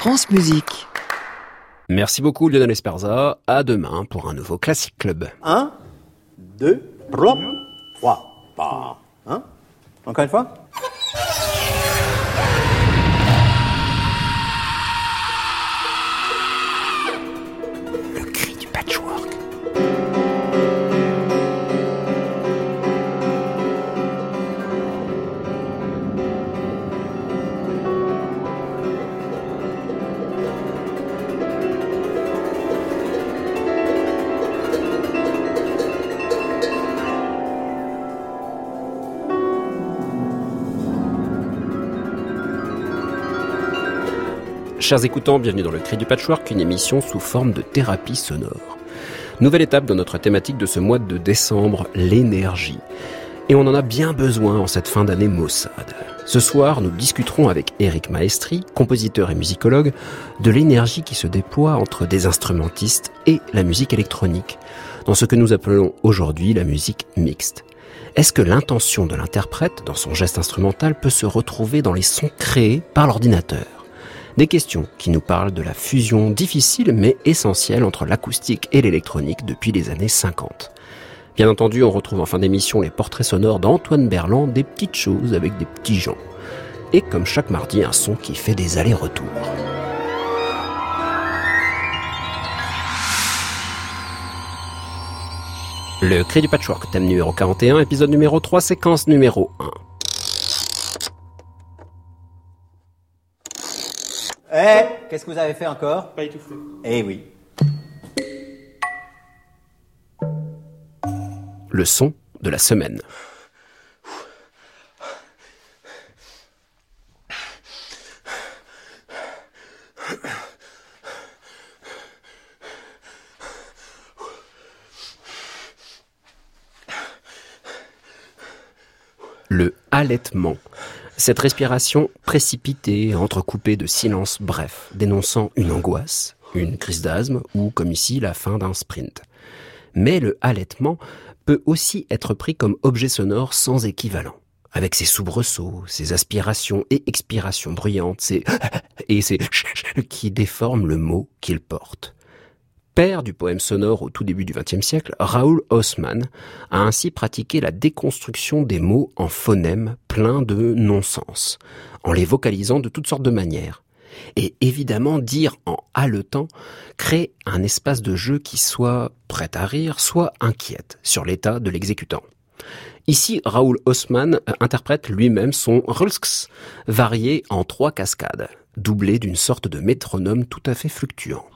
France Musique. Merci beaucoup Lionel Esparza, à demain pour un nouveau Classic Club. 1, 2, 3, 3, 1. Encore une fois. Le cri du patchwork. Chers écoutants, bienvenue dans le Cri du Patchwork, une émission sous forme de thérapie sonore. Nouvelle étape dans notre thématique de ce mois de décembre, l'énergie. Et on en a bien besoin en cette fin d'année maussade. Ce soir, nous discuterons avec Éric Maestri, compositeur et musicologue, de l'énergie qui se déploie entre des instrumentistes et la musique électronique, dans ce que nous appelons aujourd'hui la musique mixte. Est-ce que l'intention de l'interprète, dans son geste instrumental, peut se retrouver dans les sons créés par l'ordinateur ? Des questions qui nous parlent de la fusion difficile mais essentielle entre l'acoustique et l'électronique depuis les années 50. Bien entendu, on retrouve en fin d'émission les portraits sonores d'Antoine Berland, des petites choses avec des petits gens. Et comme chaque mardi, un son qui fait des allers-retours. Le Cri du Patchwork, thème numéro 41, épisode numéro 3, séquence numéro 1. Qu'est-ce que vous avez fait encore ? Pas étouffé. Eh oui. Le son de la semaine. Le halètement. Cette respiration précipitée, entrecoupée de silences brefs, dénonçant une angoisse, une crise d'asthme ou, comme ici, la fin d'un sprint. Mais le halètement peut aussi être pris comme objet sonore sans équivalent, avec ses soubresauts, ses aspirations et expirations bruyantes, ses qui déforment le mot qu'il porte. Père du poème sonore au tout début du XXe siècle, Raoul Haussmann a ainsi pratiqué la déconstruction des mots en phonèmes pleins de non-sens, en les vocalisant de toutes sortes de manières. Et évidemment, dire en haletant crée un espace de jeu qui soit prêt à rire, soit inquiète sur l'état de l'exécutant. Ici, Raoul Haussmann interprète lui-même son Rulsks, varié en 3 cascades, doublé d'une sorte de métronome tout à fait fluctuant.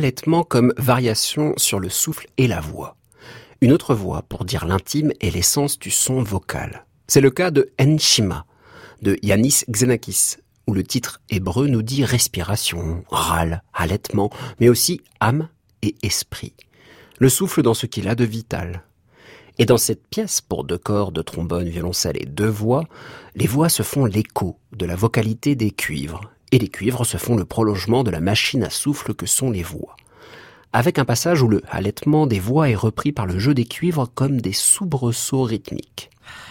halètement comme variation sur le souffle et la voix. Une autre voix pour dire l'intime et l'essence du son vocal. C'est le cas de Enshima, de Yanis Xenakis, où le titre hébreu nous dit respiration, râle, halètement, mais aussi âme et esprit. Le souffle dans ce qu'il a de vital. Et dans cette pièce pour 2 cordes, trombone, violoncelle et 2 voix, les voix se font l'écho de la vocalité des cuivres, et les cuivres se font le prolongement de la machine à souffle que sont les voix. Avec un passage où le halètement des voix est repris par le jeu des cuivres comme des soubresauts rythmiques.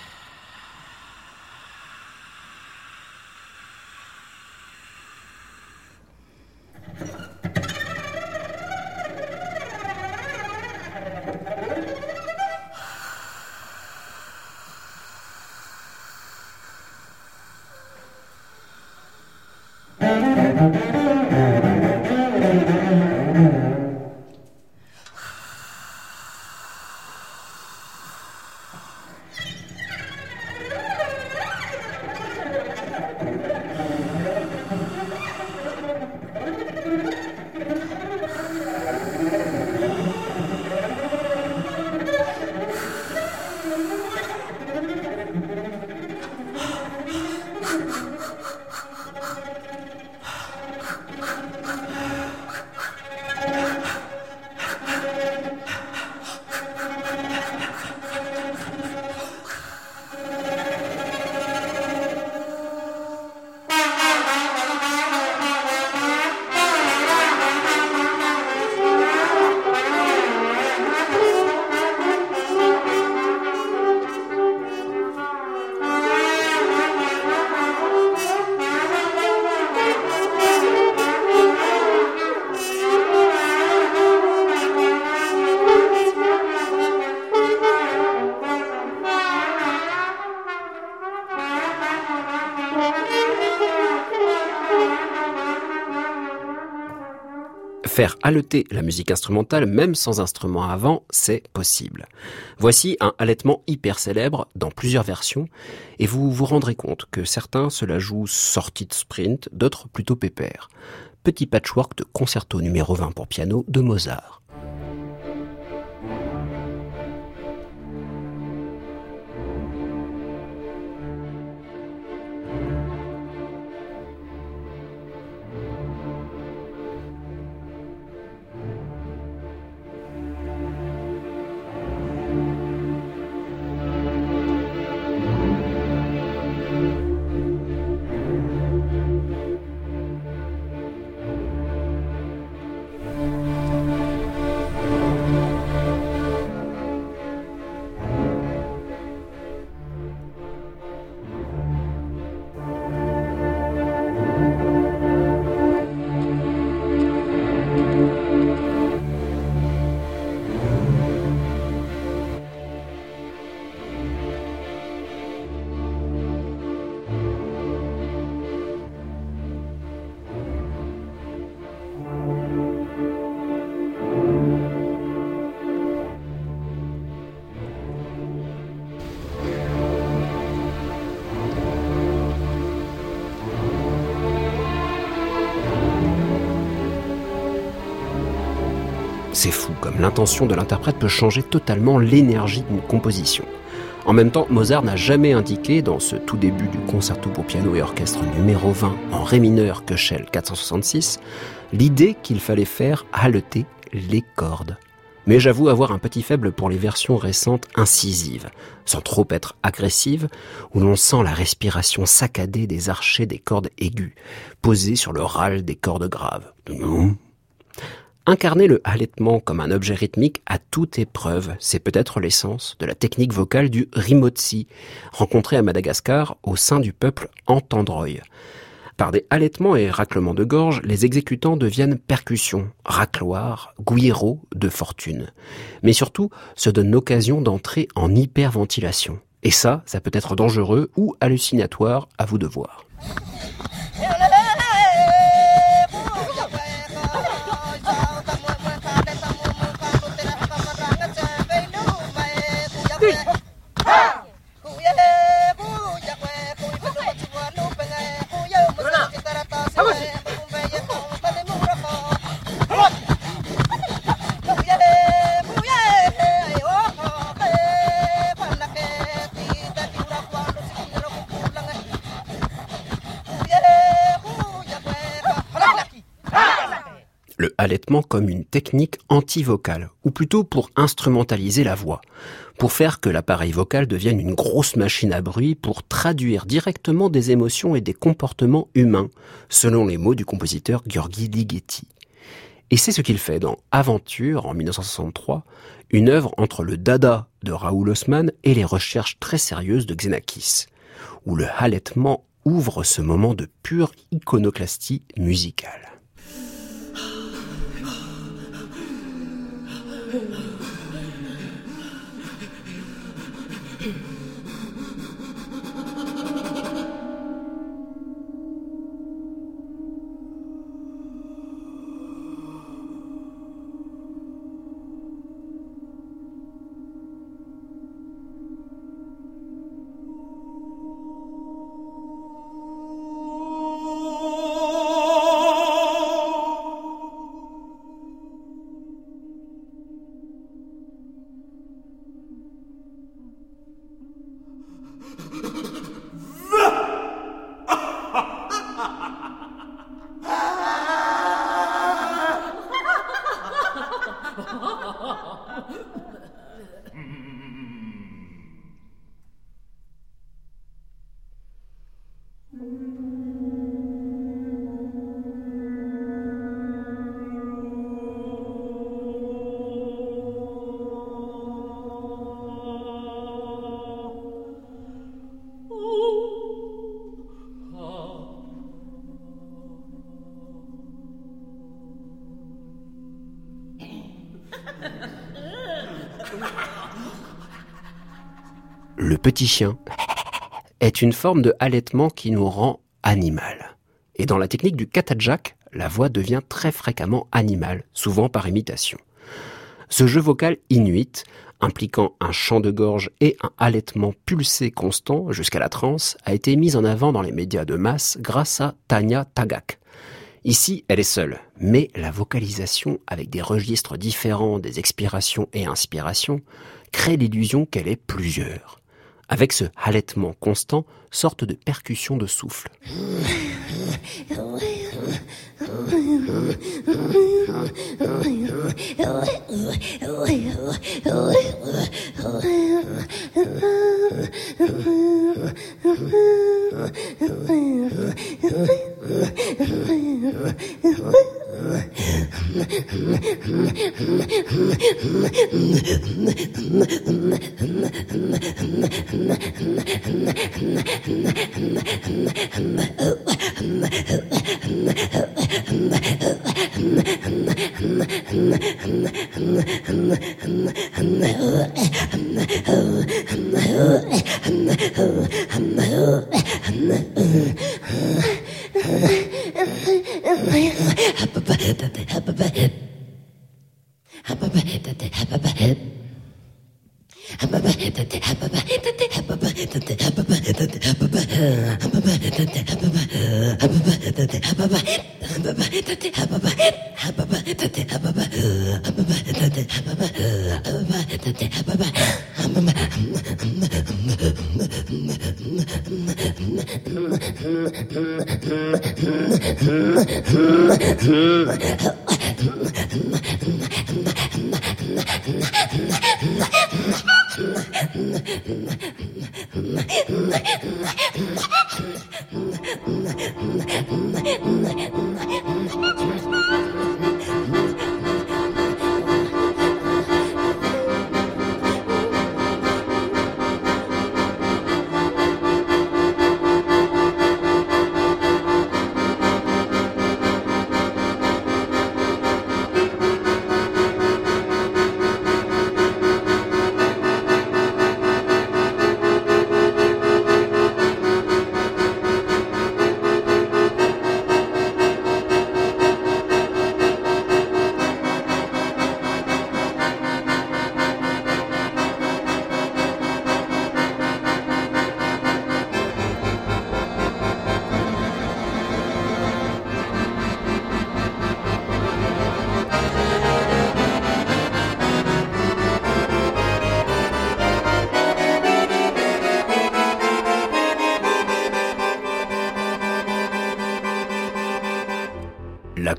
Faire haleter la musique instrumentale, même sans instrument avant, c'est possible. Voici un halètement hyper célèbre dans plusieurs versions, et vous vous rendrez compte que certains se la jouent sortie de sprint, d'autres plutôt pépère. Petit patchwork de concerto numéro 20 pour piano de Mozart. C'est fou, comme l'intention de l'interprète peut changer totalement l'énergie d'une composition. En même temps, Mozart n'a jamais indiqué, dans ce tout début du concerto pour piano et orchestre numéro 20 en ré mineur Köchel 466, l'idée qu'il fallait faire haleter les cordes. Mais j'avoue avoir un petit faible pour les versions récentes incisives, sans trop être agressives, où l'on sent la respiration saccadée des archets des cordes aiguës, posées sur le râle des cordes graves. Incarner le halètement comme un objet rythmique à toute épreuve, c'est peut-être l'essence de la technique vocale du rimotsi, rencontrée à Madagascar au sein du peuple Antandroy. Par des halètements et raclements de gorge, les exécutants deviennent percussions, racloirs, guiro de fortune. Mais surtout, se donnent l'occasion d'entrer en hyperventilation. Et ça peut être dangereux ou hallucinatoire, à vous de voir. halètement comme une technique antivocale, ou plutôt pour instrumentaliser la voix, pour faire que l'appareil vocal devienne une grosse machine à bruit pour traduire directement des émotions et des comportements humains, selon les mots du compositeur György Ligeti. Et c'est ce qu'il fait dans Aventure, en 1963, une œuvre entre le dada de Raoul Haussmann et les recherches très sérieuses de Xenakis, où le halètement ouvre ce moment de pure iconoclastie musicale. Le petit chien est une forme de halètement qui nous rend animal. Et dans la technique du katajak, la voix devient très fréquemment animale, souvent par imitation. Ce jeu vocal inuit, impliquant un chant de gorge et un halètement pulsé constant jusqu'à la transe, a été mis en avant dans les médias de masse grâce à Tanya Tagaq. Ici, elle est seule, mais la vocalisation avec des registres différents des expirations et inspirations crée l'illusion qu'elle est plusieurs. Avec ce halètement constant, sorte de percussion de souffle.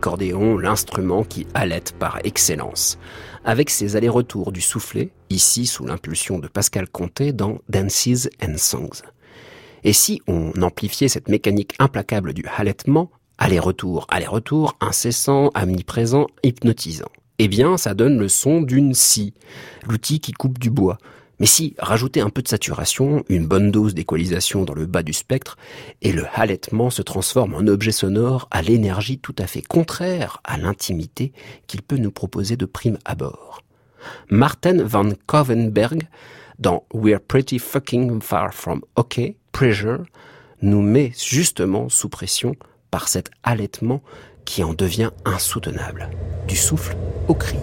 l'accordéon, l'instrument qui halète par excellence, avec ses allers-retours du soufflet, ici sous l'impulsion de Pascal Conté dans Dances and Songs. Et si on amplifiait cette mécanique implacable du halètement, aller-retour, incessant, omniprésent, hypnotisant, eh bien ça donne le son d'une scie, l'outil qui coupe du bois. Mais si, rajouter un peu de saturation, une bonne dose d'équalisation dans le bas du spectre, et le halètement se transforme en objet sonore à l'énergie tout à fait contraire à l'intimité qu'il peut nous proposer de prime abord. Martin van Kovenberg, dans We're Pretty Fucking Far From OK, Pressure, nous met justement sous pression par cet halètement qui en devient insoutenable, du souffle au cri.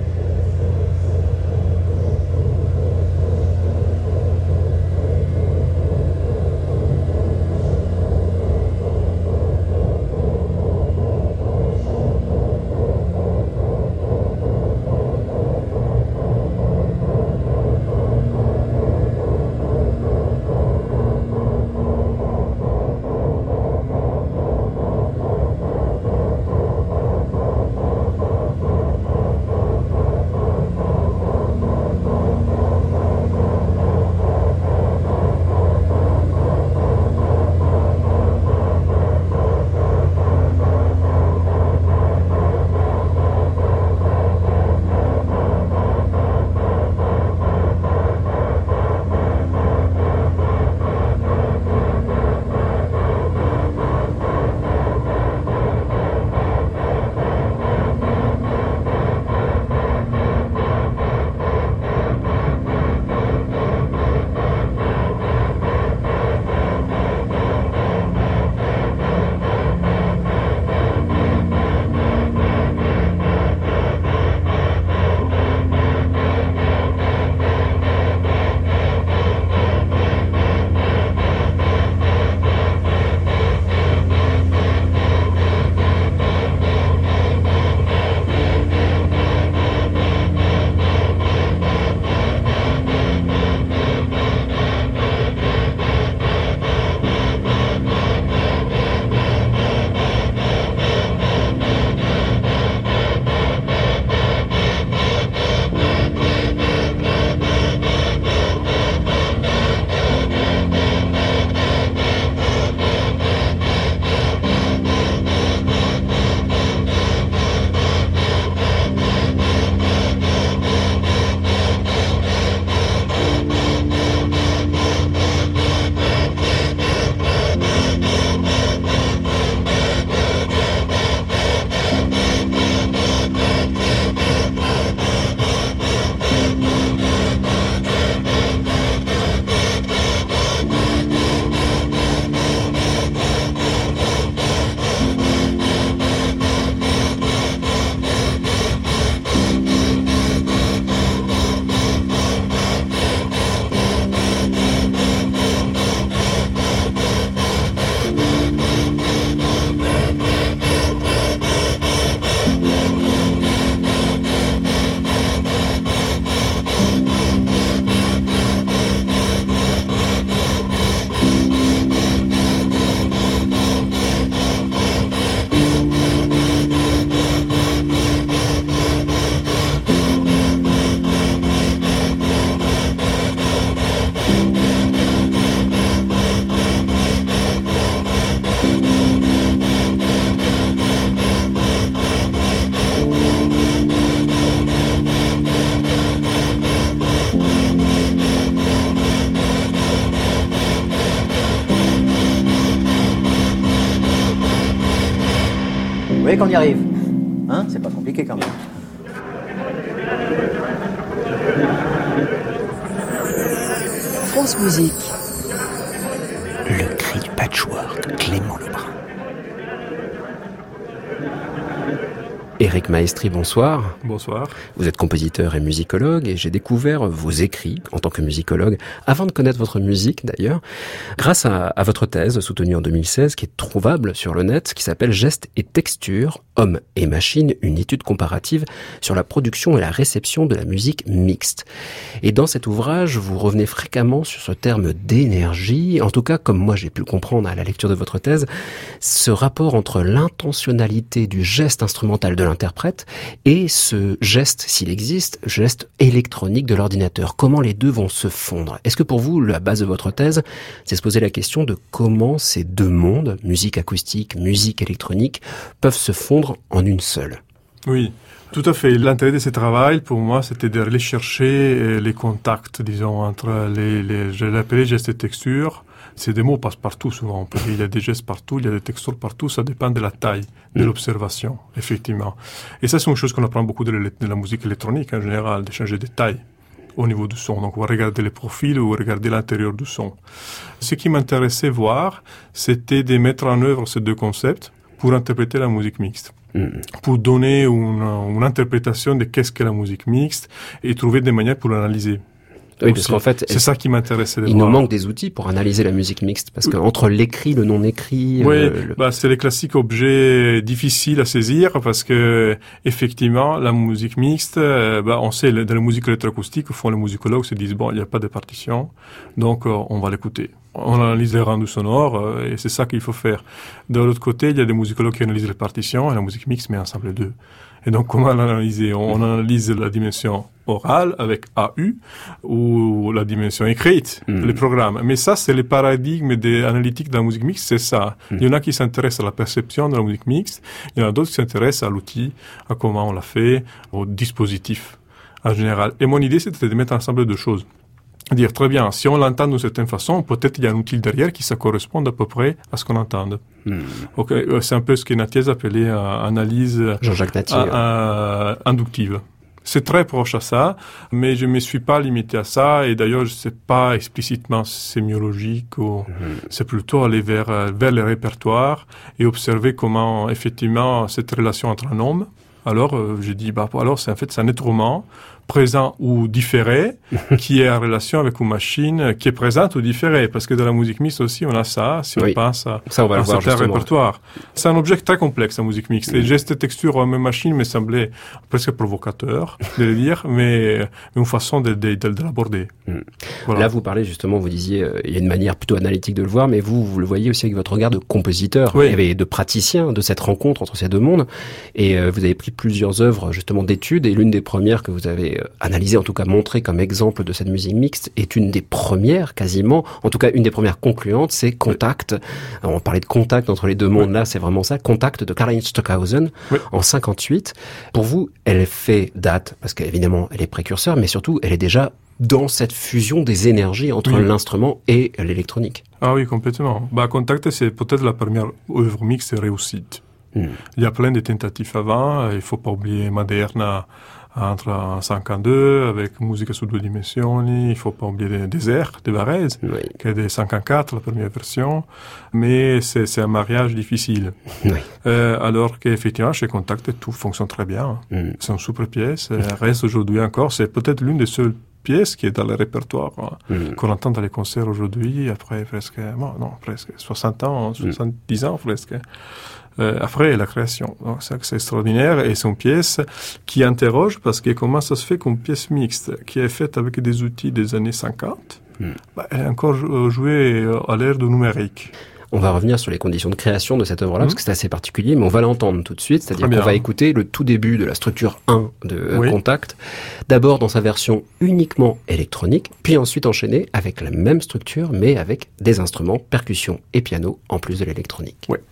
voyez qu'on y arrive. Hein, c'est pas compliqué quand même. France Musique. Le cri du patchwork, Clément Lebrun. Et Éric Maestri, bonsoir. Bonsoir. Vous êtes compositeur et musicologue et j'ai découvert vos écrits en tant que musicologue, avant de connaître votre musique d'ailleurs, grâce à votre thèse soutenue en 2016 qui est trouvable sur le net, qui s'appelle Gestes et textures, hommes et machines, une étude comparative sur la production et la réception de la musique mixte. Et dans cet ouvrage, vous revenez fréquemment sur ce terme d'énergie, en tout cas comme moi j'ai pu le comprendre à la lecture de votre thèse, ce rapport entre l'intentionnalité du geste instrumental de l'interprète et ce geste, s'il existe, geste électronique de l'ordinateur. Comment les deux vont se fondre? Est-ce que pour vous, la base de votre thèse, c'est se poser la question de comment ces deux mondes, musique acoustique, musique électronique, peuvent se fondre en une seule? Oui, tout à fait. L'intérêt de ce travail, pour moi, c'était d'aller chercher les contacts, disons, entre je l'appelais gestes et textures. C'est des mots passent partout souvent. Il y a des gestes partout, il y a des textures partout, ça dépend de la taille, de l'observation, effectivement. Et ça, c'est une chose qu'on apprend beaucoup de la musique électronique en général, de changer de taille au niveau du son. Donc, on va regarder les profils ou regarder l'intérieur du son. Ce qui m'intéressait voir, c'était de mettre en œuvre ces deux concepts pour interpréter la musique mixte. Pour donner une interprétation de qu'est-ce que la musique mixte et trouver des manières pour l'analyser. Oui, parce qu'en fait, c'est ça qui m'intéressait de il voir. nous manque des outils pour analyser la musique mixte, parce qu'entre l'écrit, le non-écrit... Oui, c'est les classiques objets difficiles à saisir, parce que effectivement, la musique mixte, on sait, dans la musique électroacoustique, au fond, les musicologues se disent, bon, il n'y a pas de partition, donc on va l'écouter. On analyse les rendus sonores, et c'est ça qu'il faut faire. De l'autre côté, il y a des musicologues qui analysent les partitions, et la musique mixte met ensemble les deux. Et donc, comment l'analyser? On analyse la dimension orale avec AU ou la dimension écrite, les programmes. Mais ça, c'est le paradigme analytique de la musique mixte, c'est ça. Il y en a qui s'intéressent à la perception de la musique mixte, il y en a d'autres qui s'intéressent à l'outil, à comment on l'a fait, au dispositif en général. Et mon idée, c'était de mettre ensemble deux choses. Dire, très bien, si on l'entend d'une certaine façon, peut-être il y a un outil derrière qui ça correspond à peu près à ce qu'on entend. Okay. C'est un peu ce que Nathiez appelait analyse Jean-Jacques Nathiez, inductive. C'est très proche à ça, mais je me suis pas limité à ça, et d'ailleurs, je sais pas explicitement sémiologique, ou c'est plutôt aller vers les répertoires et observer comment, effectivement, cette relation entre un homme. Alors, j'ai dit, alors, c'est un être humain, présent ou différé, qui est en relation avec une machine qui est présente ou différée. Parce que dans la musique mixte aussi, on a ça, si on pense à un certain répertoire. C'est un objet très complexe, la musique mixte. Les gestes et textures en même machine me semblaient presque provocateur de le dire, mais une façon de l'aborder. Voilà. Là, vous parlez justement, vous disiez, il y a une manière plutôt analytique de le voir, mais vous le voyez aussi avec votre regard de compositeur et de praticien de cette rencontre entre ces deux mondes. Et vous avez pris plusieurs œuvres justement d'études, et l'une des premières que vous avez analysée, en tout cas montrée comme exemple de cette musique mixte, est une des premières quasiment, en tout cas une des premières concluantes, c'est Contact. Alors, on parlait de contact entre les deux mondes, là c'est vraiment ça, Contact de Karl-Heinz Stockhausen en 58. Pour vous, elle fait date, parce qu'évidemment elle est précurseur, mais surtout elle est déjà dans cette fusion des énergies entre l'instrument et l'électronique. Ah oui, complètement. Contact, c'est peut-être la première œuvre mixte réussite. Il y a plein de tentatives avant. Il faut pas oublier Maderna entre 52 avec musique sous deux dimensions. Il faut pas oublier des airs de Varese, qui est de 54, la première version. Mais c'est un mariage difficile. Alors qu'effectivement, chez Contact, tout fonctionne très bien. C'est une super pièce. Elle reste aujourd'hui encore. C'est peut-être l'une des seules pièces qui est dans le répertoire qu'on entend dans les concerts aujourd'hui, après presque 60 ans, 70 ans presque. Après la création. Donc, c'est extraordinaire, et c'est une pièce qui interroge, parce que comment ça se fait qu'une pièce mixte qui est faite avec des outils des années 50, elle est encore jouée à l'ère du numérique. On va revenir sur les conditions de création de cette œuvre-là, parce que c'est assez particulier, mais on va l'entendre tout de suite, c'est-à-dire qu'on va écouter le tout début de la structure 1 de Contact, d'abord dans sa version uniquement électronique, puis ensuite enchaîner avec la même structure, mais avec des instruments, percussion et piano, en plus de l'électronique. Oui.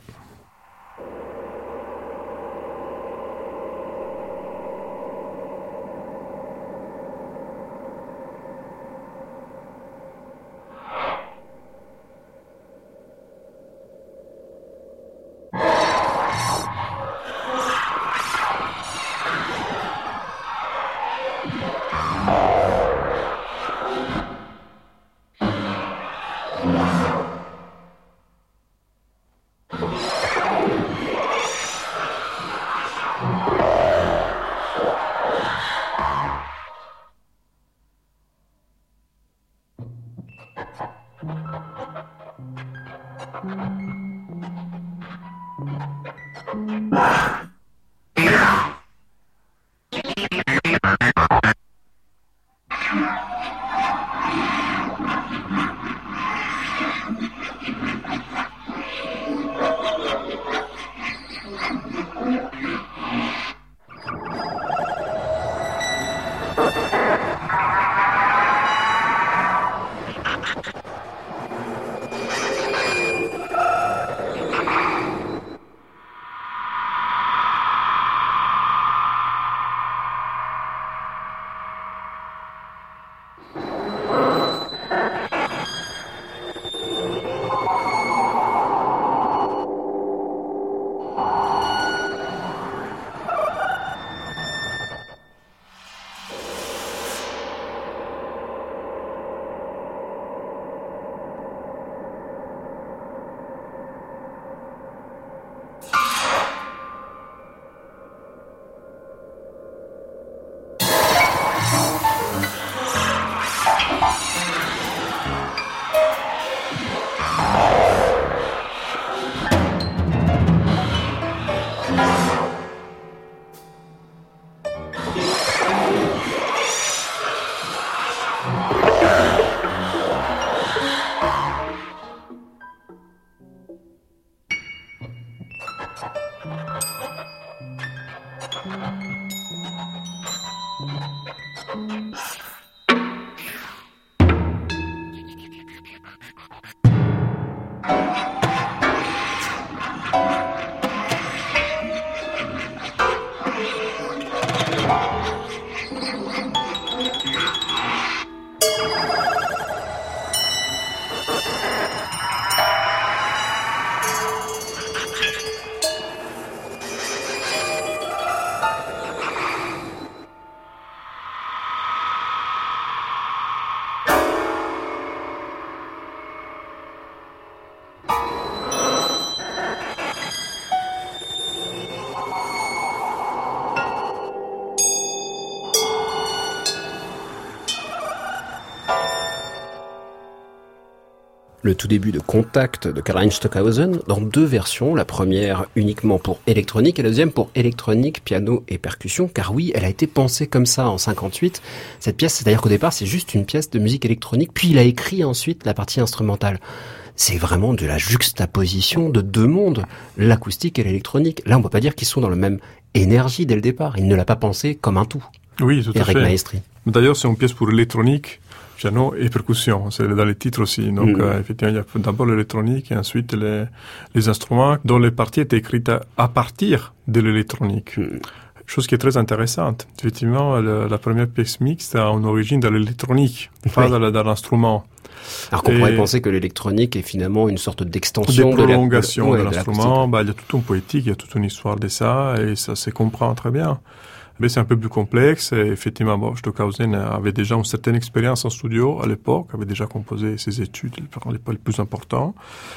Le tout début de Contact de Karl-Heinz Stockhausen dans deux versions, la première uniquement pour électronique et la deuxième pour électronique, piano et percussion, car oui, elle a été pensée comme ça en 58. Cette pièce, c'est-à-dire qu'au départ, c'est juste une pièce de musique électronique, puis il a écrit ensuite la partie instrumentale. C'est vraiment de la juxtaposition de deux mondes, l'acoustique et l'électronique. Là, on ne peut pas dire qu'ils sont dans la même énergie dès le départ. Il ne l'a pas pensé comme un tout. Oui, tout à fait. Eric Maestri. D'ailleurs, c'est une pièce pour l'électronique, piano et percussion, c'est dans les titres aussi. Donc, effectivement, il y a d'abord l'électronique et ensuite les instruments dont les parties étaient écrites à partir de l'électronique. Chose qui est très intéressante. Effectivement, la première pièce mixte a une origine dans l'électronique, pas dans l'instrument. Alors qu'on pourrait penser que l'électronique est finalement une sorte d'extension de prolongation de l'instrument. Il y a toute une poétique, il y a toute une histoire de ça, et ça se comprend très bien. Mais c'est un peu plus complexe. Et effectivement, Stockhausen avait déjà une certaine expérience en studio à l'époque, avait déjà composé ses études, les plus importants,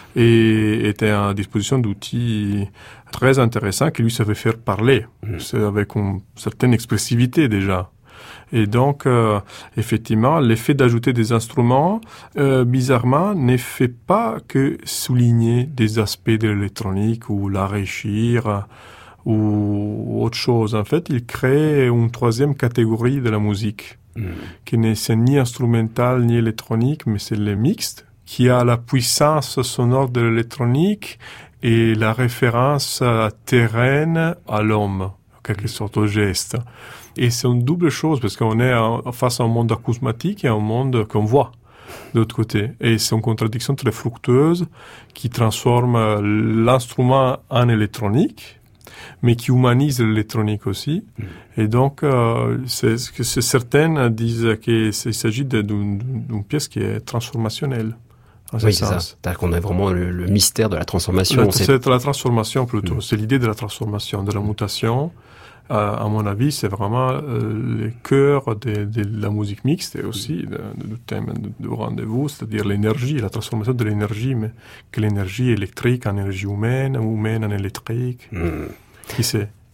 et était à disposition d'outils très intéressants qui lui savaient faire parler. C'est avec une certaine expressivité déjà. Et donc, effectivement, l'effet d'ajouter des instruments, bizarrement, ne fait pas que souligner des aspects de l'électronique ou l'enrichir ou autre chose. En fait, il crée une troisième catégorie de la musique, qui n'est ni instrumentale ni électronique, mais c'est le mixte, qui a la puissance sonore de l'électronique et la référence terraine à l'homme, en quelque sorte au geste. Et c'est une double chose, parce qu'on est face à un monde acousmatique et à un monde qu'on voit de l'autre côté. Et c'est une contradiction très fructueuse qui transforme l'instrument en électronique, mais qui humanise l'électronique aussi. Et donc, certaines disent qu'il s'agit d'une pièce qui est transformationnelle. Oui, c'est ça. C'est-à-dire qu'on a vraiment le mystère de la transformation. C'est la transformation plutôt. C'est l'idée de la transformation, de la mutation. À mon avis, c'est vraiment le cœur de la musique mixte et aussi du thème du rendez-vous, c'est-à-dire l'énergie, la transformation de l'énergie, mais que l'énergie électrique en énergie humaine, humaine en électrique. Qui sait?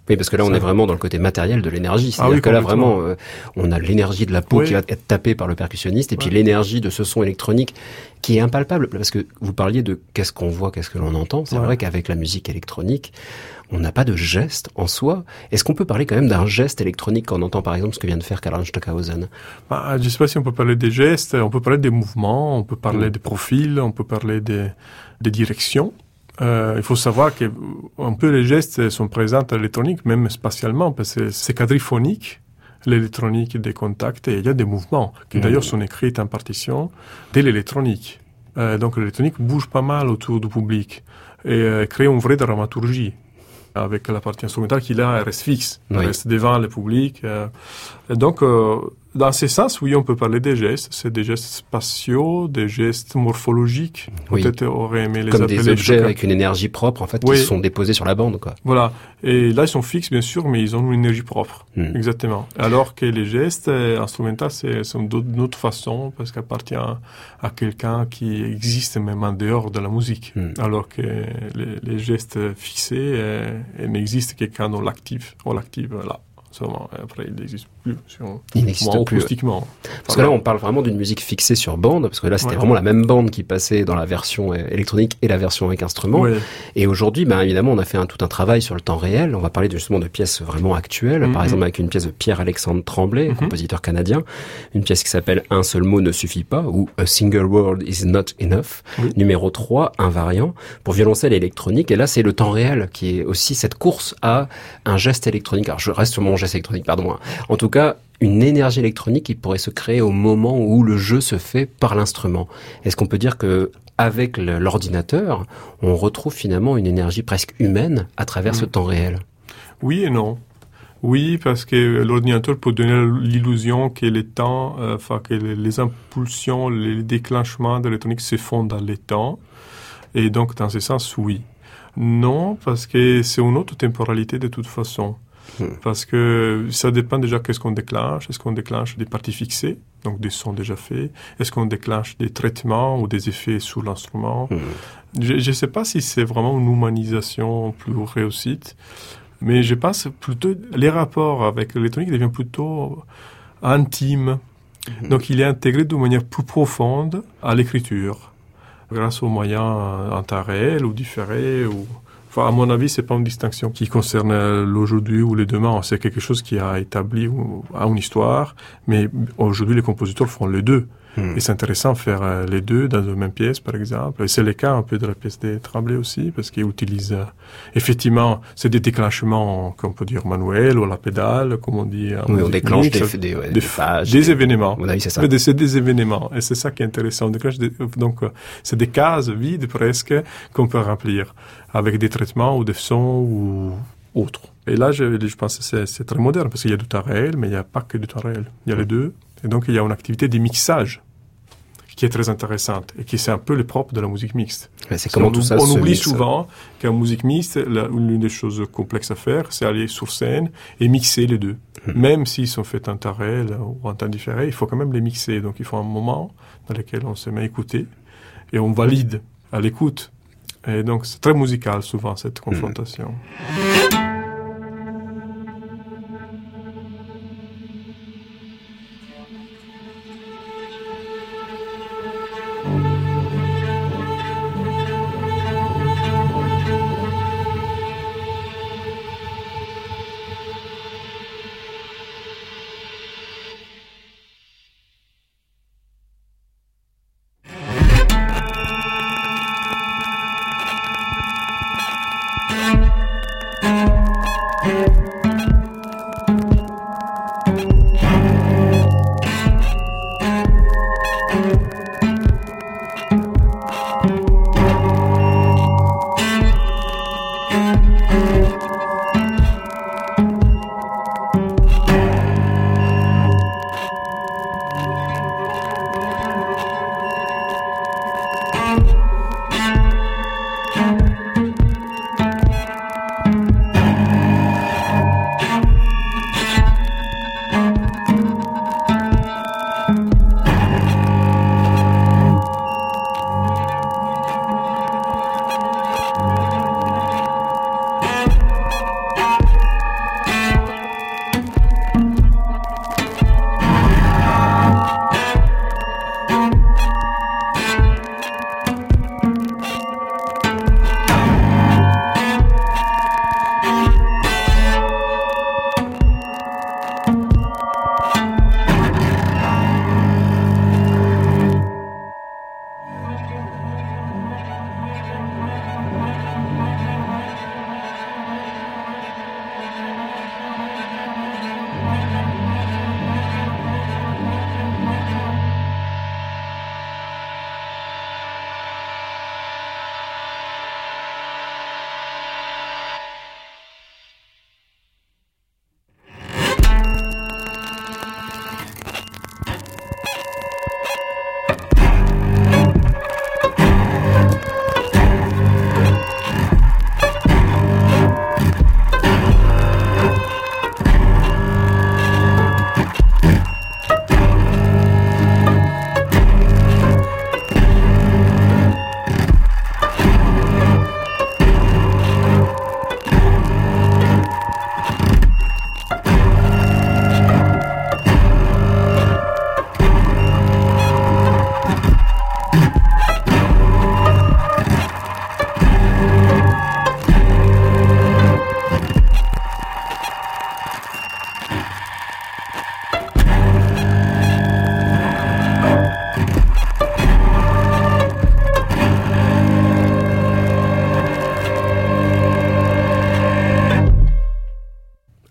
Oui, parce que là, on est vraiment dans le côté matériel de l'énergie. C'est-à-dire oui, que là, complètement. vraiment, on a l'énergie de la peau Oui. qui va être tapée par le percussionniste, et puis l'énergie de ce son électronique qui est impalpable. Parce que vous parliez de qu'est-ce qu'on voit, qu'est-ce que l'on entend. C'est vrai qu'avec la musique électronique, on n'a pas de geste en soi. Est-ce qu'on peut parler quand même d'un geste électronique quand on entend, par exemple, ce que vient de faire Karl Stockhausen? Je ne sais pas si on peut parler des gestes, on peut parler des mouvements, on peut parler des profils, on peut parler des directions. Il faut savoir que un peu les gestes sont présents à l'électronique, même spatialement, parce que c'est quadriphonique, l'électronique des contacts, et il y a des mouvements qui d'ailleurs sont écrits en partition de l'électronique. Donc l'électronique bouge pas mal autour du public et crée une vraie dramaturgie. Avec la partie instrumentale qui là reste fixe, reste devant le public. Et donc, dans ce sens, oui, on peut parler des gestes. C'est des gestes spatiaux, des gestes morphologiques. Peut-être aurait aimé les comme appeler. Des objets avec une énergie propre, en fait, qui sont déposés sur la bande, quoi. Voilà. Et là, ils sont fixes, bien sûr, mais ils ont une énergie propre. Exactement. Alors que les gestes instrumentaux, c'est d'une autre façon, parce qu'ils appartiennent à quelqu'un qui existe même en dehors de la musique. Alors que les gestes fixés, n'existe que quand on l'active. On l'active là. Seulement, après, il n'existe plus. Il n'existe plus. Acoustiquement. Parce que là, on parle vraiment d'une musique fixée sur bande, parce que là, c'était vraiment la même bande qui passait dans la version électronique et la version avec instrument. Et aujourd'hui, évidemment, on a fait tout un travail sur le temps réel. On va parler justement de pièces vraiment actuelles. Par exemple, avec une pièce de Pierre-Alexandre Tremblay, compositeur canadien. Une pièce qui s'appelle Un seul mot ne suffit pas, ou A single word is not enough. Numéro 3, un variant, pour violoncelle électronique. Et là, c'est le temps réel qui est aussi cette course à un geste électronique. Alors, je reste sur mon geste électronique, pardon. En tout cas, une énergie électronique qui pourrait se créer au moment où le jeu se fait par l'instrument. Est-ce qu'on peut dire que avec l'ordinateur, on retrouve finalement une énergie presque humaine à travers ce temps réel? Oui et non. Oui, parce que l'ordinateur peut donner l'illusion que les temps, que les impulsions, les déclenchements de l'électronique se font dans les temps. Et donc, dans ce sens, oui. Non, parce que c'est une autre temporalité de toute façon. Parce que ça dépend déjà qu'est-ce qu'on déclenche. Est-ce qu'on déclenche des parties fixées, donc des sons déjà faits? Est-ce qu'on déclenche des traitements ou des effets sur l'instrument? Je ne sais pas si c'est vraiment une humanisation plus réussite, mais je pense plutôt les rapports avec l'électronique deviennent plutôt intimes. Donc il est intégré d'une manière plus profonde à l'écriture, grâce aux moyens en temps réel ou différés ou... Enfin, à mon avis, c'est pas une distinction qui concerne l'aujourd'hui ou le demain. C'est quelque chose qui a établi à une histoire. Mais aujourd'hui, les compositeurs font les deux. Et c'est intéressant de faire les deux dans la même pièce, par exemple. Et c'est le cas un peu de la pièce des Tremblay aussi, parce qu'ils utilisent effectivement, c'est des déclenchements, qu'on peut dire manuels ou à la pédale, comme on dit. Oui, on déclenche des pages, des événements. Oui, c'est ça. C'est des événements. Et c'est ça qui est intéressant. On déclenche donc, c'est des cases vides presque qu'on peut remplir avec des traitements ou des sons ou autres. Et là, je pense que c'est très moderne, parce qu'il y a du temps réel, mais il n'y a pas que du temps réel. Il y a les deux. Et donc, il y a une activité de mixage qui est très intéressante et qui c'est un peu le propre de la musique mixte. C'est comment tout ça on se oublie mixe. souvent qu'en musique mixte, l'une des choses complexes à faire, c'est aller sur scène et mixer les deux. Même s'ils sont faits en temps réel ou en temps différé, il faut quand même les mixer. Donc, il faut un moment dans lequel on se met à écouter et on valide à l'écoute. Et donc, c'est très musical souvent, cette confrontation.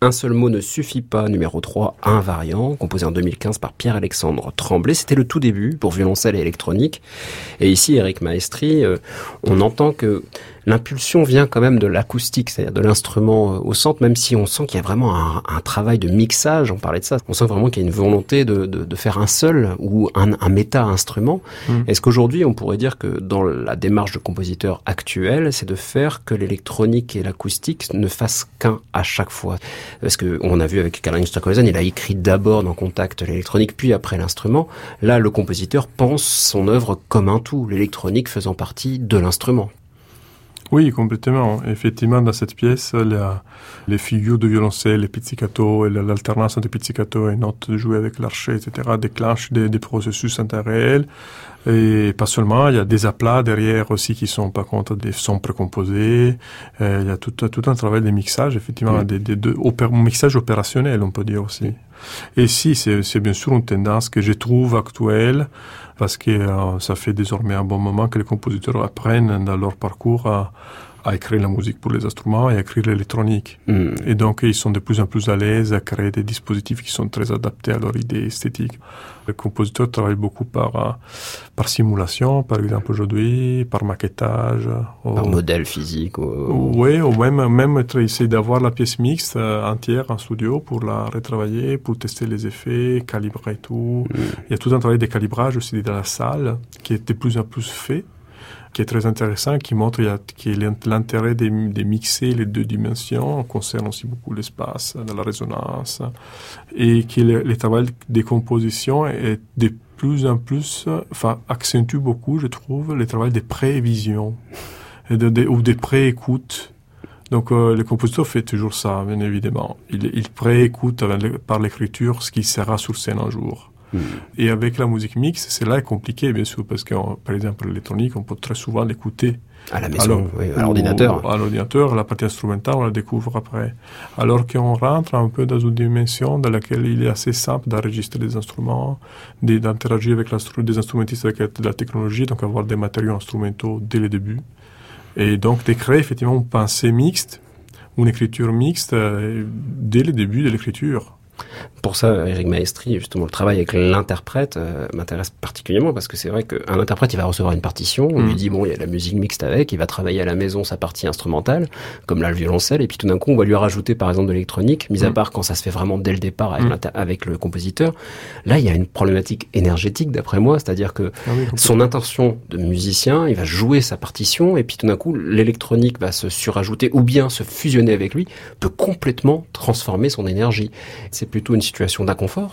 Un seul mot ne suffit pas, numéro 3, un variant, composé en 2015 par Pierre-Alexandre Tremblay. C'était le tout début pour violoncelle et électronique. Et ici, Éric Maestri, on entend que l'impulsion vient quand même de l'acoustique, c'est-à-dire de l'instrument au centre, même si on sent qu'il y a vraiment un travail de mixage, on parlait de ça, on sent vraiment qu'il y a une volonté de faire un seul ou un méta-instrument. Est-ce qu'aujourd'hui, on pourrait dire que dans la démarche de compositeur actuel, c'est de faire que l'électronique et l'acoustique ne fassent qu'un à chaque fois? Parce que on a vu avec Karl-Heinz Stockhausen, il a écrit d'abord dans Contact l'électronique, puis après l'instrument. Là, le compositeur pense son œuvre comme un tout, l'électronique faisant partie de l'instrument. Oui, complètement. Effectivement, dans cette pièce, les figures de violoncelle, les pizzicato et l'alternance entre pizzicato et notes jouées avec l'archet, etc., déclenchent des processus en temps réel. Et pas seulement, il y a des aplats derrière aussi qui sont par contre des sons précomposés. Il y a tout un travail de mixage, effectivement, mixage opérationnel, on peut dire aussi. Et si, c'est bien sûr une tendance que je trouve actuelle, parce que ça fait désormais un bon moment que les compositeurs apprennent dans leur parcours à écrire la musique pour les instruments et à écrire l'électronique. Et donc, ils sont de plus en plus à l'aise à créer des dispositifs qui sont très adaptés à leur idée esthétique. Les compositeurs travaillent beaucoup par simulation, par exemple aujourd'hui, par maquettage. Par modèle physique. Oui, ou même essayer d'avoir la pièce mixte entière en studio pour la retravailler, pour tester les effets, calibrer tout. Il y a tout un travail de calibrage aussi dans la salle qui est de plus en plus fait, qui est très intéressant, qui montre l'intérêt de mixer les deux dimensions, concerne aussi beaucoup l'espace, la résonance, et que le travail de composition est de plus en plus, accentue beaucoup, je trouve, le travail de prévision, ou de préécoute. Donc, le compositeur fait toujours ça, bien évidemment. Il préécoute par l'écriture ce qui sera sur scène un jour. Et avec la musique mixte, c'est là compliqué, bien sûr, parce que, par exemple, l'électronique, on peut très souvent l'écouter. À la maison, à l'ordinateur. À l'ordinateur, la partie instrumentale, on la découvre après. Alors qu'on rentre un peu dans une dimension dans laquelle il est assez simple d'enregistrer des instruments, d'interagir avec des instrumentistes avec la technologie, donc avoir des matériaux instrumentaux dès le début. Et donc, de créer effectivement une pensée mixte, une écriture mixte, dès le début de l'écriture. Pour ça, Éric Maestri, justement, le travail avec l'interprète m'intéresse particulièrement parce que c'est vrai qu'un interprète, il va recevoir une partition, on lui dit, bon, il y a la musique mixte avec, il va travailler à la maison sa partie instrumentale, comme là le violoncelle, et puis tout d'un coup, on va lui rajouter, par exemple, de l'électronique, mis à part quand ça se fait vraiment dès le départ avec le compositeur. Là, il y a une problématique énergétique, d'après moi, c'est-à-dire que son intention de musicien, il va jouer sa partition, et puis tout d'un coup, l'électronique va se surajouter, ou bien se fusionner avec lui, peut complètement transformer son énergie. C'est plutôt une situation d'inconfort?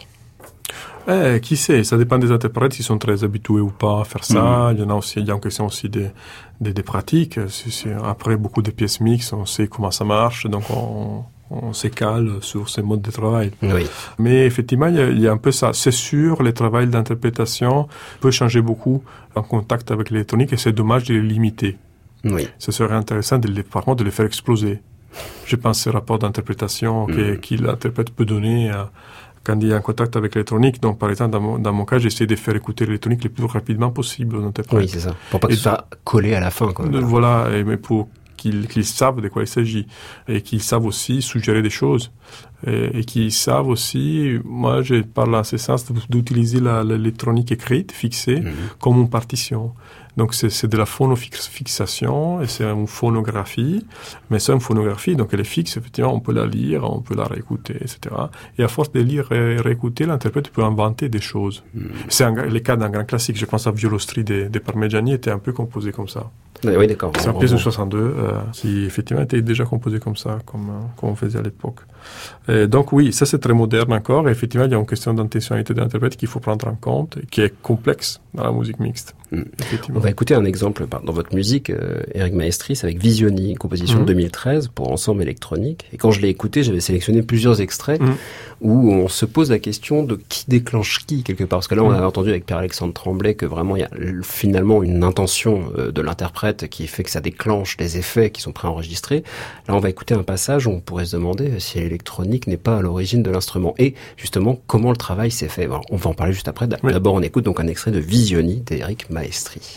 Qui sait, ça dépend des interprètes qui sont très habitués ou pas à faire ça. Il y en a aussi, il y a une question aussi des pratiques. Après beaucoup de pièces mixtes, on sait comment ça marche, donc on s'écale sur ces modes de travail. Oui. Mais effectivement, il y a un peu ça. C'est sûr, le travail d'interprétation peut changer beaucoup en contact avec l'électronique et c'est dommage de les limiter. Oui. Ce serait intéressant par contre de les faire exploser. Je pense ces rapports d'interprétation que l'interprète peut donner quand il est en contact avec l'électronique. Donc, par exemple, dans mon cas, j'essaie de faire écouter l'électronique le plus rapidement possible aux interprètes. Oui, c'est ça. Pour pas que ce soit collé à la fin, quoi. Voilà, mais pour qu'ils savent de quoi il s'agit. Et qu'ils savent aussi suggérer des choses. Et qu'ils savent aussi, moi, je parle en ce sens d'utiliser l'électronique écrite, fixée, comme une partition. Donc, c'est de la phonofixation, et c'est une phonographie, mais c'est une phonographie, donc elle est fixe, effectivement, on peut la lire, on peut la réécouter, etc. Et à force de lire et réécouter, l'interprète peut inventer des choses. C'est le cas d'un grand classique, je pense à Violostri de Parmigiani était un peu composé comme ça. Oui, d'accord. C'est une pièce de 62, qui effectivement était déjà composée comme ça, comme on faisait à l'époque. Donc oui, ça c'est très moderne encore, et effectivement il y a une question d'intentionnalité de l'interprète qu'il faut prendre en compte, et qui est complexe dans la musique mixte. On va écouter un exemple dans votre musique, Éric Maestri, avec Visioni, une composition de 2013 pour ensemble électronique. Et quand je l'ai écouté, j'avais sélectionné plusieurs extraits où on se pose la question de qui déclenche qui, quelque part. Parce que là, on a entendu avec Pierre-Alexandre Tremblay que vraiment il y a finalement une intention de l'interprète qui fait que ça déclenche des effets qui sont préenregistrés. Là, on va écouter un passage où on pourrait se demander si l'électronique n'est pas à l'origine de l'instrument. Et justement, comment le travail s'est fait. Alors, on va en parler juste après. D'abord, on écoute donc un extrait de Visioni d'Éric Maestri.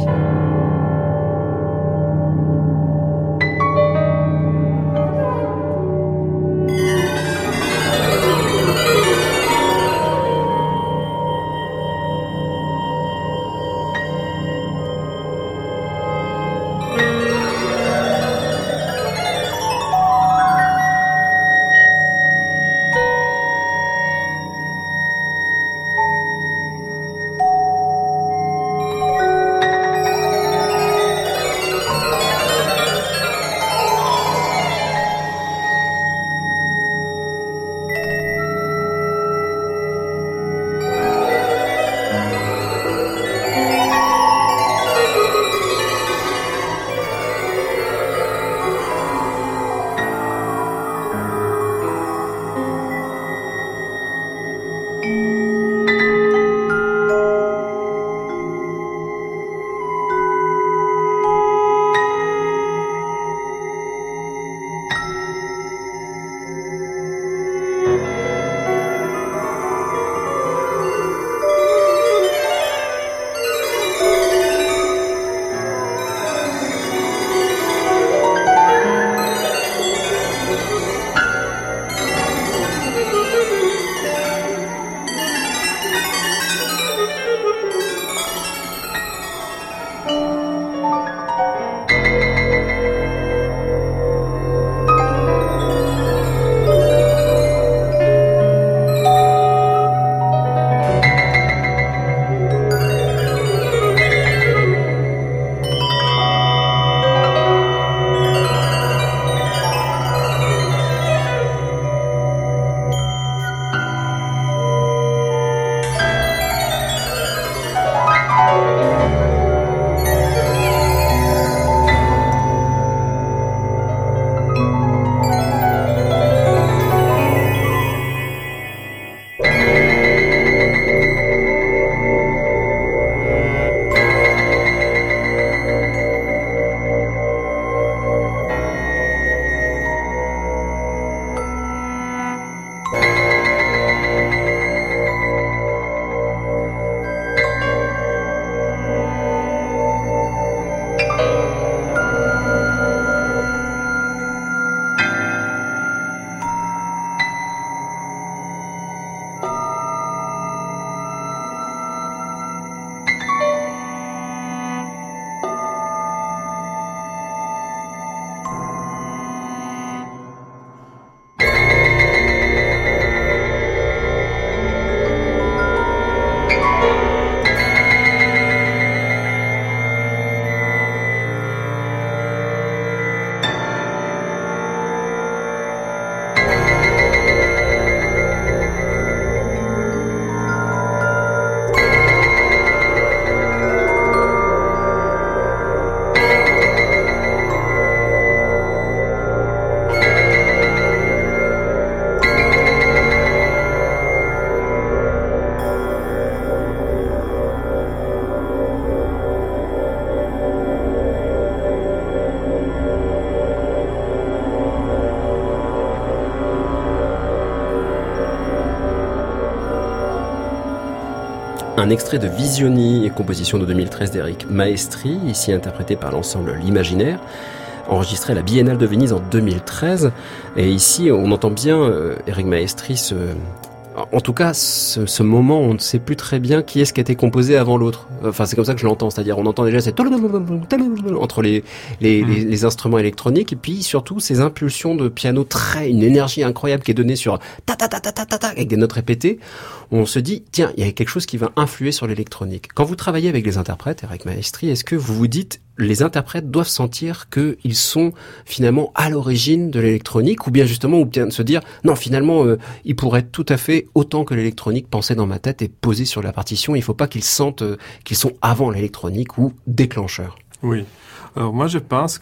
Un extrait de Visioni, composition de 2013 d'Éric Maestri, ici interprété par l'ensemble L'Imaginaire, enregistré à la Biennale de Venise en 2013. Et ici, on entend bien Éric Maestri en tout cas, ce moment, on ne sait plus très bien qui est-ce qui a été composé avant l'autre. Enfin, c'est comme ça que je l'entends, c'est-à-dire on entend déjà ces entre les instruments électroniques, et puis surtout ces impulsions de piano une énergie incroyable qui est donnée sur ta ta ta ta ta ta ta avec des notes répétées. On se dit, tiens, il y a quelque chose qui va influer sur l'électronique. Quand vous travaillez avec les interprètes, Éric Maestri, est-ce que vous vous dites, les interprètes doivent sentir qu'ils sont finalement à l'origine de l'électronique, ou bien justement, ou bien se dire, non, finalement, ils pourraient tout à fait, autant que l'électronique, penser dans ma tête et poser sur la partition. Il ne faut pas qu'ils sentent qu'ils sont avant l'électronique ou déclencheurs. Oui. Alors moi, je pense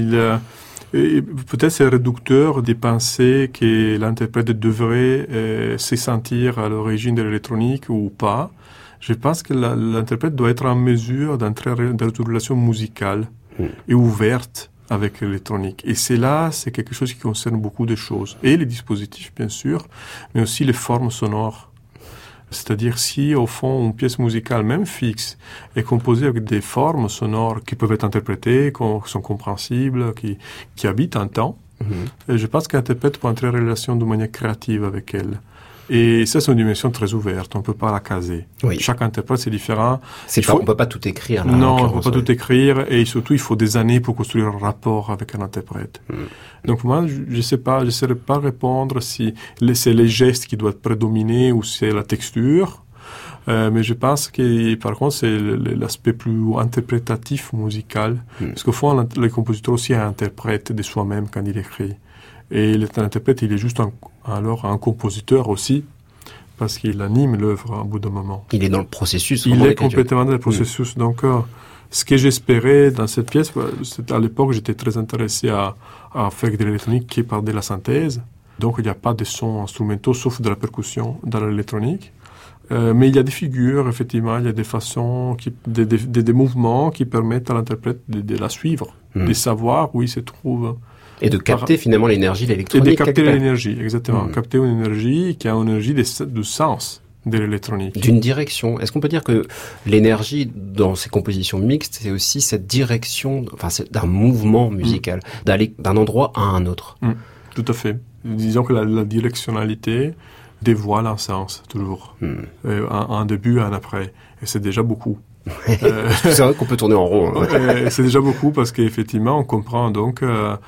peut-être c'est réducteur de penser que l'interprète devrait se sentir à l'origine de l'électronique ou pas. Je pense que l'interprète doit être en mesure d'entrer dans une relation musicale et ouverte avec l'électronique. Et c'est quelque chose qui concerne beaucoup de choses. Et les dispositifs, bien sûr, mais aussi les formes sonores. C'est-à-dire si, au fond, une pièce musicale, même fixe, est composée avec des formes sonores qui peuvent être interprétées, qui sont compréhensibles, qui habitent un temps, je pense qu'un interprète peut entrer en relation de manière créative avec elle. Et ça, c'est une dimension très ouverte. On ne peut pas la caser. Oui. Chaque interprète, c'est différent. On ne peut pas tout écrire. Là, non, on ne peut pas tout écrire. Et surtout, il faut des années pour construire un rapport avec un interprète. Donc moi, je ne saurais pas répondre si c'est les gestes qui doivent prédominer ou c'est la texture. Mais je pense que, par contre, c'est l'aspect plus interprétatif musical. Parce qu'au fond, le compositeur aussi interprète de soi-même quand il écrit. Et l'interprète, il est juste alors un compositeur aussi, parce qu'il anime l'œuvre à bout d'un moment. Il est dans le processus. Il est complètement dans le processus. Donc, ce que j'espérais dans cette pièce, à l'époque, j'étais très intéressé à faire de l'électronique qui est par de la synthèse. Donc, il n'y a pas de sons instrumentaux, sauf de la percussion dans l'électronique. Mais il y a des figures, effectivement, il y a des façons, des mouvements qui permettent à l'interprète de la suivre, de savoir où il se trouve. Et de capter finalement l'énergie de l'électronique. Et de capter l'énergie, exactement. Capter une énergie qui a une énergie du sens de l'électronique. D'une direction. Est-ce qu'on peut dire que l'énergie dans ces compositions mixtes, c'est aussi cette direction, d'un mouvement musical, d'aller d'un endroit à un autre? Tout à fait. Disons que la directionnalité dévoile un sens, toujours. Un début, un après. Et c'est déjà beaucoup. C'est vrai qu'on peut tourner en rond. C'est déjà beaucoup parce qu'effectivement, on comprend donc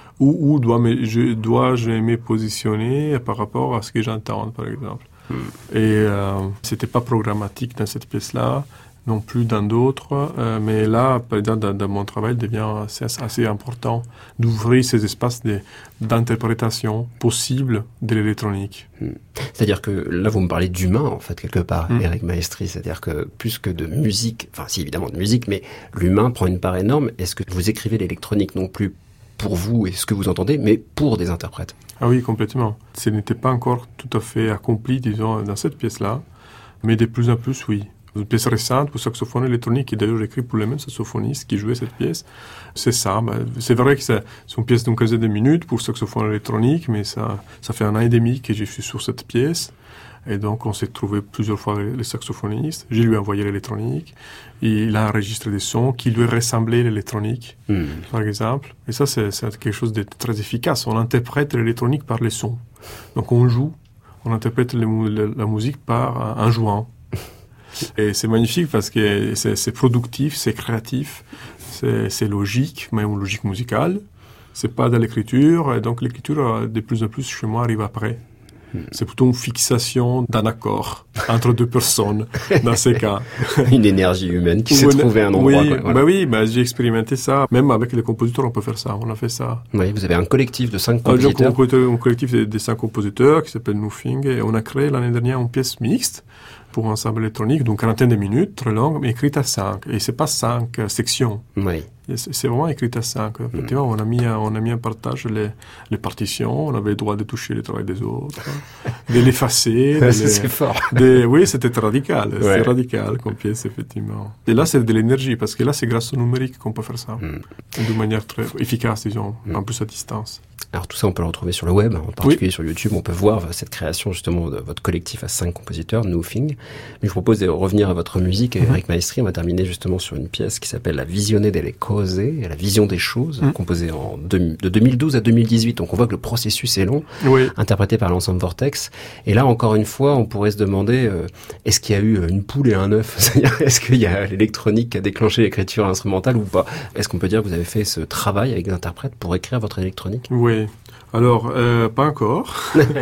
où dois-je me positionner par rapport à ce que j'entends, par exemple. Et c'était pas programmatique dans cette pièce-là, non plus dans d'autres, mais là, par exemple, dans mon travail, devient assez important d'ouvrir ces espaces d'interprétation possible de l'électronique. C'est-à-dire que là, vous me parlez d'humain, en fait, quelque part, Éric Maestri. C'est-à-dire que plus que de musique, enfin, si, évidemment, de musique, mais l'humain prend une part énorme. Est-ce que vous écrivez l'électronique non plus pour vous et ce que vous entendez, mais pour des interprètes? Ah oui, complètement. Ce n'était pas encore tout à fait accompli, disons, dans cette pièce-là, mais de plus en plus, oui. Une pièce récente pour saxophone électronique, qui est d'ailleurs écrite pour les mêmes saxophonistes qui jouaient cette pièce. C'est ça. C'est vrai que c'est une pièce d'une quinzaine de minutes pour saxophone électronique, mais ça fait 1 an et demi que je suis sur cette pièce. Et donc, on s'est trouvé plusieurs fois les saxophonistes. Je lui ai envoyé l'électronique. Il a enregistré des sons qui lui ressemblaient l'électronique, par exemple. Et ça, c'est quelque chose de très efficace. On interprète l'électronique par les sons. Donc, on interprète la musique par un jouant. Et c'est magnifique parce que c'est productif, c'est créatif, c'est logique, même une logique musicale. C'est pas de l'écriture, et donc l'écriture, de plus en plus, chez moi, arrive après. C'est plutôt une fixation d'un accord entre deux personnes, dans ces cas. Une énergie humaine qui s'est trouvée à un endroit. Oui, voilà. J'ai expérimenté ça. Même avec les compositeurs, on peut faire ça. On a fait ça. Oui, vous avez un collectif de 5 compositeurs. Un collectif de 5 compositeurs qui s'appelle Nothing, et on a créé l'année dernière une pièce mixte pour un ensemble électronique, donc 40 de minutes, très longue, mais écrite à 5. Et c'est pas 5 sections. Oui. Et c'est vraiment écrit à 5. Effectivement, on a mis en partage les partitions, on avait le droit de toucher le travail des autres, de l'effacer. C'est fort. Oui, c'était radical. Ouais. C'est radical comme pièce, effectivement. Et là, c'est de l'énergie, parce que là, c'est grâce au numérique qu'on peut faire ça. De manière très efficace, disons, en plus à distance. Alors tout ça, on peut le retrouver sur le web, en particulier sur YouTube. On peut voir cette création justement de votre collectif à 5 compositeurs, Nothing. Mais je propose de revenir à votre musique, Eric Maestri. On va terminer justement sur une pièce qui s'appelle La Visione delle Cose, la vision des choses, composée de 2012 à 2018. Donc on voit que le processus est long, interprété par l'ensemble Vortex. Et là, encore une fois, on pourrait se demander, est-ce qu'il y a eu une poule et un œuf? C'est-à-dire, est-ce qu'il y a l'électronique qui a déclenché l'écriture instrumentale ou pas? Est-ce qu'on peut dire que vous avez fait ce travail avec des interprètes pour écrire votre électronique? Oui. Alors, pas encore,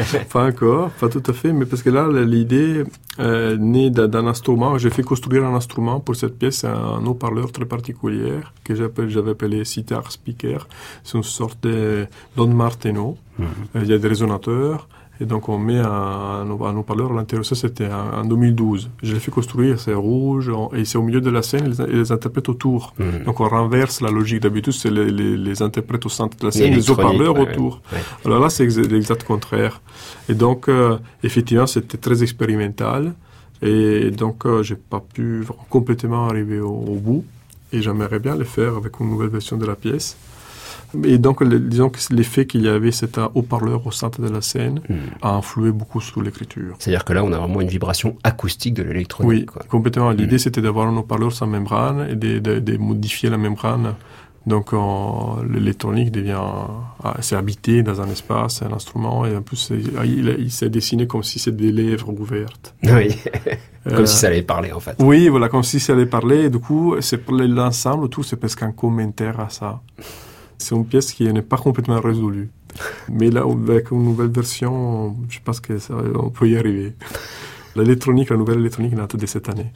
pas tout à fait, mais parce que là, l'idée naît d'un instrument. J'ai fait construire un instrument pour cette pièce, un haut-parleur très particulier que j'avais appelé Sitar Speaker. C'est une sorte de Don Martino. Il y a des résonateurs. Et donc, on met un haut-parleur à l'intérieur. Ça, c'était en 2012. Je l'ai fait construire, c'est rouge, et c'est au milieu de la scène, et les interprètes autour. Donc, on renverse la logique. D'habitude, c'est les interprètes au centre de la scène, les haut-parleurs autour. Ouais. Alors là, c'est l'exact contraire. Et donc, effectivement, c'était très expérimental. Et donc, j'ai pas pu complètement arriver au bout. Et j'aimerais bien le faire avec une nouvelle version de la pièce. Et donc, disons que l'effet qu'il y avait cet haut-parleur au centre de la scène a influé beaucoup sur l'écriture. C'est-à-dire que là, on a vraiment une vibration acoustique de l'électronique. Oui, quoi. Complètement. L'idée, c'était d'avoir un haut-parleur sans membrane et de modifier la membrane. Donc, l'électronique c'est habité dans un espace, un instrument, et en plus, il s'est dessiné comme si c'était des lèvres ouvertes. Oui. Comme si ça allait parler, en fait. Oui, voilà, comme si ça allait parler. Et du coup, l'ensemble, tout, c'est presque un commentaire à ça. C'est une pièce qui n'est pas complètement résolue. Mais là, avec une nouvelle version, je pense qu'on peut y arriver. La nouvelle électronique date de cette année.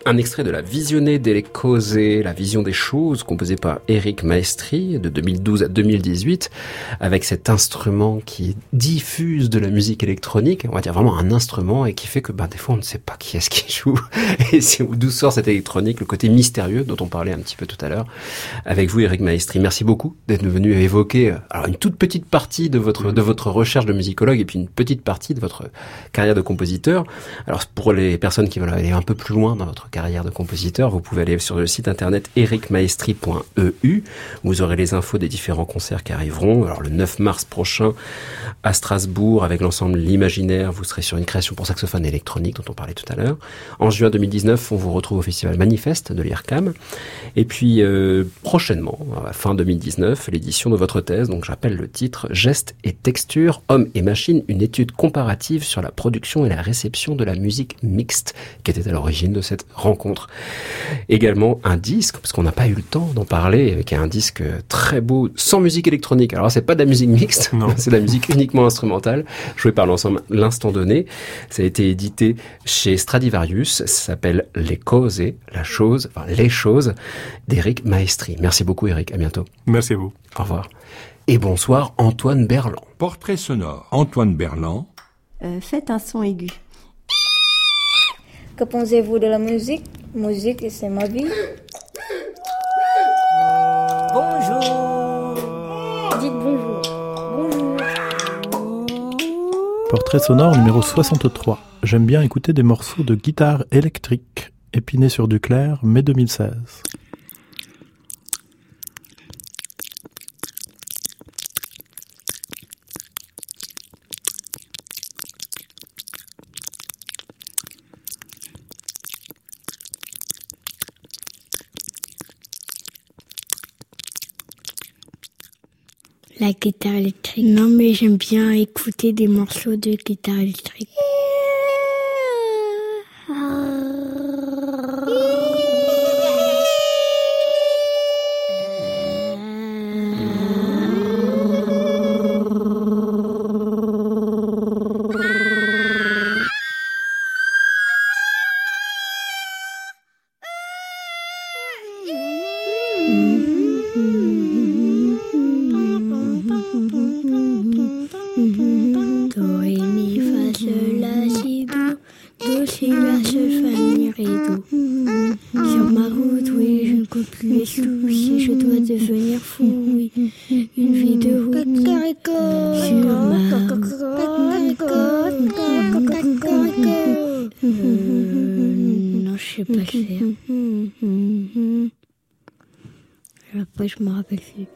Un extrait de la Visione delle cose, la vision des choses, composée par Eric Maestri de 2012 à 2018, avec cet instrument qui diffuse de la musique électronique, on va dire vraiment un instrument, et qui fait que des fois on ne sait pas qui est-ce qui joue, et c'est d'où sort cette électronique, le côté mystérieux dont on parlait un petit peu tout à l'heure, avec vous Eric Maestri. Merci beaucoup d'être venu évoquer alors une toute petite partie de votre recherche de musicologue, et puis une petite partie de votre carrière de compositeur. Alors pour les personnes qui veulent aller un peu plus loin dans votre carrière de compositeur, vous pouvez aller sur le site internet ericmaestri.eu. Vous aurez les infos des différents concerts qui arriveront. Alors le 9 mars prochain à Strasbourg avec l'ensemble L'Imaginaire, vous serez sur une création pour saxophone électronique dont on parlait tout à l'heure. En juin 2019, on vous retrouve au festival Manifeste de l'IRCAM. Et puis prochainement, à fin 2019, l'édition de votre thèse, donc j'appelle le titre Gestes et textures, hommes et machines, une étude comparative sur la production et la réception de la musique mixte, qui était à l'origine de cette rencontre. Également un disque, parce qu'on n'a pas eu le temps d'en parler, avec un disque très beau, sans musique électronique. Alors c'est pas de la musique mixte, c'est de la musique uniquement instrumentale, jouée par l'ensemble L'Instant Donné. Ça a été édité chez Stradivarius, ça s'appelle Les Cose, les choses, d'Eric Maestri. Merci beaucoup Eric, à bientôt. Merci à vous. Au revoir. Et bonsoir Antoine Berland. Portrait sonore, Antoine Berland. Faites un son aigu. Que pensez-vous de la musique? Musique, c'est ma vie. Bonjour. Dites bonjour. Bonjour. Portrait sonore numéro 63. J'aime bien écouter des morceaux de guitare électrique. Épinay sur du Clair, mai 2016. La guitare électrique. Non, mais j'aime bien écouter des morceaux de guitare électrique. Non, je sais pas le faire. Après, je me rappelle plus.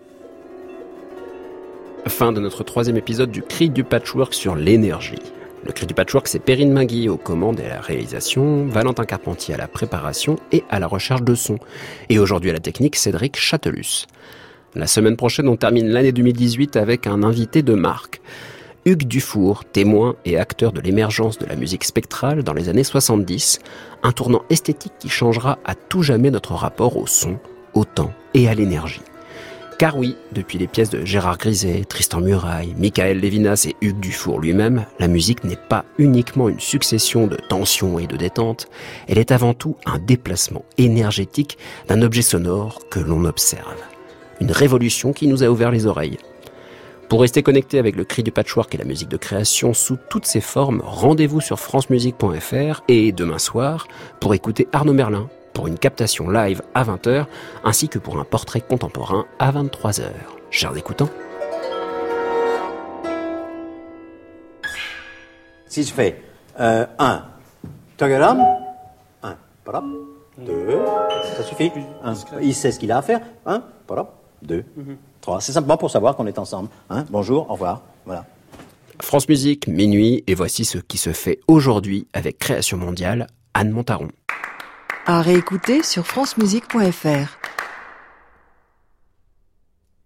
Fin de notre 3e épisode du Cri du Patchwork sur l'énergie. Le Cri du Patchwork, c'est Perrine Mingui aux commandes et à la réalisation, Valentin Carpentier à la préparation et à la recherche de son. Et aujourd'hui à la technique, Cédric Châtelus. La semaine prochaine, on termine l'année 2018 avec un invité de marque. Hugues Dufour, témoin et acteur de l'émergence de la musique spectrale dans les années 70, un tournant esthétique qui changera à tout jamais notre rapport au son, au temps et à l'énergie. Car oui, depuis les pièces de Gérard Griset, Tristan Murail, Michael Levinas et Hugues Dufour lui-même, la musique n'est pas uniquement une succession de tensions et de détentes, elle est avant tout un déplacement énergétique d'un objet sonore que l'on observe. Une révolution qui nous a ouvert les oreilles. Pour rester connecté avec le Cri du Patchwork et la musique de création sous toutes ses formes, rendez-vous sur francemusique.fr et demain soir pour écouter Arnaud Merlin pour une captation live à 20h ainsi que pour un portrait contemporain à 23h. Chers écoutants. Si je fais 1, tagaram, 1, parap, 2, ça suffit. Il sait ce qu'il a à faire. 1, parap, 2, 3. C'est simplement pour savoir qu'on est ensemble. Bonjour, au revoir. Voilà. France Musique, minuit, et voici ce qui se fait aujourd'hui avec Création Mondiale, Anne Montaron. À réécouter sur francemusique.fr.